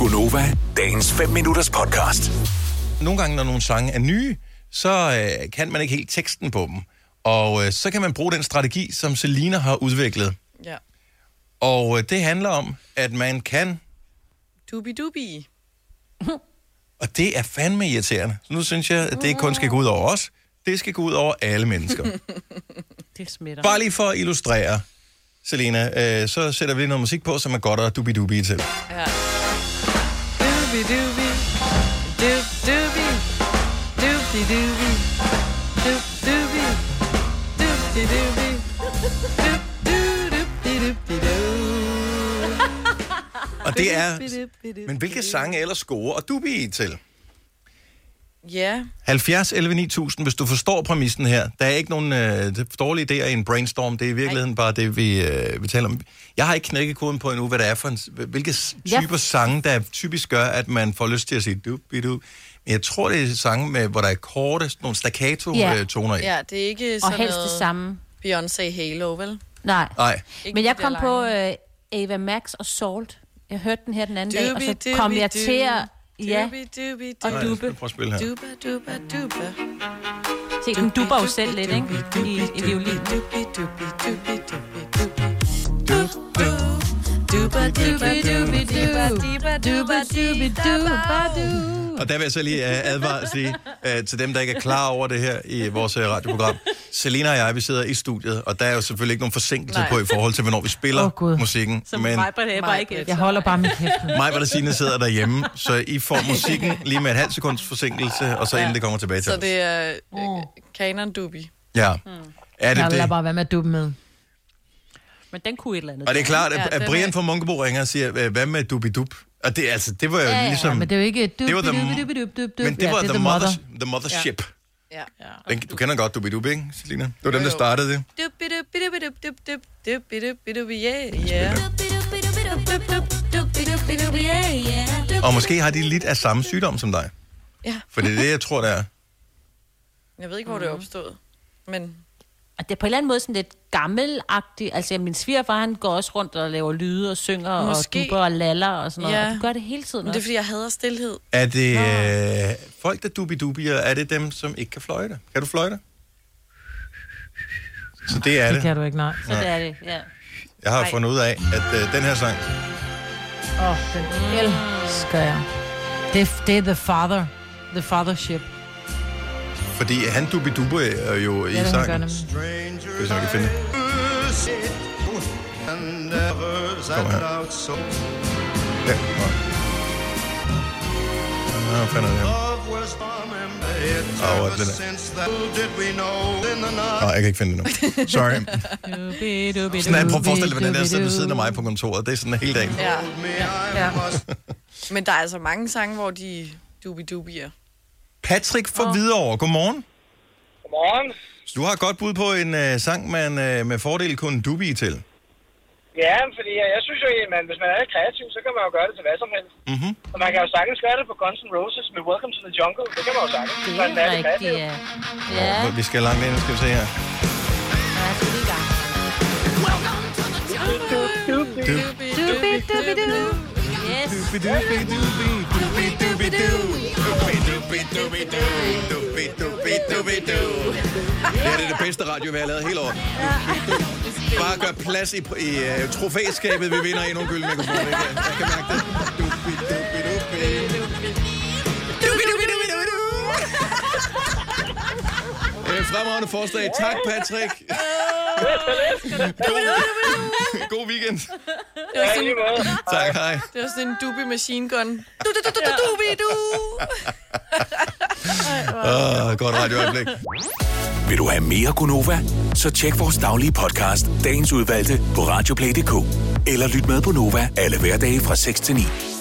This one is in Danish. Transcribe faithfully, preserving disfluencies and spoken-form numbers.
Gunova, dagens fem minutters podcast. Nogle gange, når nogle sange er nye, så øh, kan man ikke helt teksten på dem. Og øh, så kan man bruge den strategi, som Selina har udviklet. Ja. Og øh, det handler om, at man kan... Dubi-dubi. Og det er fandme irriterende. Så nu synes jeg, at det ikke kun skal gå ud over os. Det skal gå ud over alle mennesker. Det smitter. Bare lige for at illustrere, Selina, øh, så sætter vi lige noget musik på, som er godt at dubi-dubi til. Ja. Dubi-dubi. Dub-dubi. Dub-di-dubi. Dub-dubi. Dub-di-dubi. Dub-du-dubi-dubi-du. Og det er... Men hvilke sange ellers scorer og dubi til? Ja. halvfjerds elleve ni tusind, hvis du forstår præmissen her. Der er ikke nogen øh, dårlige idéer i en brainstorm. Det er i virkeligheden Ej. bare det, vi, øh, vi taler om. Jeg har ikke knækket koden på endnu, hvad det er for en... Hvilke typer ja. sange, der typisk gør, at man får lyst til at sige dubi-du. Men jeg tror, det er sange, med, hvor der er korte, nogle staccato-toner ja. i. Ja, det er ikke sådan og helst noget det samme. Beyoncé Halo, vel? Nej. Nej. Men jeg kom på øh, Ava Max og Salt. Jeg hørte den her den anden dag, og så kom jeg til at... Ja, og dubbe. Prøv at spille her. Duba, duba, duba. Se, den dubber jo selv lidt, ikke? I, i violin. Dubi, dubi, dubi, dubi, dubi. Duba, duba, dubi, duba, duba, duba, dubi, duba. Og der vil jeg så lige uh, advare at sige uh, til dem, der ikke er klar over det her i vores uh, radioprogram. Selina og jeg, vi sidder i studiet, og der er jo selvfølgelig ikke nogen forsinkelse Nej. på i forhold til, hvornår vi spiller oh, musikken. Som men mig, det er bare ikke. Jeg holder bare mit kæft. Mig, hvor der Signe sidder derhjemme, så I får musikken lige med et halvt sekunds forsinkelse, og så ja. inden det kommer tilbage til Så det er uh, Kanon Dubi. Ja. Mm. Er det jeg det? lader bare være med at dubbe med. Men den kunne et eller andet. Og det er klart, at, at Brian fra Munkebo ringer og siger, hvad med dubi-dub? Og det, altså, det var jo ja, ligesom... Ja, men det er jo ikke... Det var the, men det var ja, det the, mother, the mothership. Ja. Ja. Den, du kender godt dubi-dub, ikke, Selina? Det var dem, der startede det. Og måske har de lidt af samme sygdom som dig. Ja. For det er det, jeg tror, det er. Jeg ved ikke, hvor det er opstået, men... Og det er på en eller anden måde sådan lidt gammelagtigt. Altså, min svigerfar, han går også rundt og laver lyde og synger Måske. og dubber og laller og sådan noget. Ja. Og du gør det hele tiden. Men det er, fordi jeg hader stilhed. Er det øh, folk, der dubi-dubier, er det dem, som ikke kan fløjte? Kan du fløjte? Så det er det. Det kan du ikke, nej. Så det er det, ja. Jeg har Ej. fundet ud af, at øh, den her sang... Åh, oh, den elsker jeg. Det, det er The Father. The Fathership. Fordi han dubi-dubber er jo ja, i sangen. Det skal vi kan finde. Kom her. Ja, nå. Nå, finder det her. Åh, oh, det der. Nå, jeg kan ikke finde det nu. Sorry. Sådan er, prøv at forestille dig, hvordan der sidder ved siden af mig på kontoret. Det er sådan hele dagen. Ja, ja. ja. Men der er altså mange sange, hvor de dubi-dubier. Patrick fra Hvidovre, godmorgen. Godmorgen. Så du har et godt bud på en uh, sang, man uh, med fordel kunne dubi til. Ja, fordi jeg, jeg synes jo, at man, hvis man er kreativ, så kan man jo gøre det til hvad som helst. Mm-hmm. Og man kan jo sagtens gøre det på Guns N' Roses med Welcome to the Jungle. Det kan man jo sagtens. Det er, er rigtigt, ja. ja. Oh, vi skal langt ind, skal vi se her. Ja, det er i gang. Welcome to the jungle. Dubi, dubi, dubi, dubi, dubi. Yes. Dubi, dubi, dubi, dubi, dubi, dubi. Dubi, dubi, dubi, dubi, dubi, dubi. Det er det bedste radio, vi har lavet hele året. Bare gør plads i, i uh, trofæskabet, vi vinder i nogle gyldne mikrofoner. Jeg kan mærke det. Dubi, dubi, dubi. Dubi, dubi, dubi, dubi, dubi. Fremragende forslag. Tak, Patrick. God, god weekend. Det var sådan, tak, hej. Det var sådan en dubi machine gun. Du, du, du, du, du, dubi, du. Åh, oh, godt radioøjeblik. Vil du have mere Gunova? Så tjek vores daglige podcast, dagens udvalgte, på radioplay punktum d k. Eller lyt med på Nova alle hverdage fra seks til ni.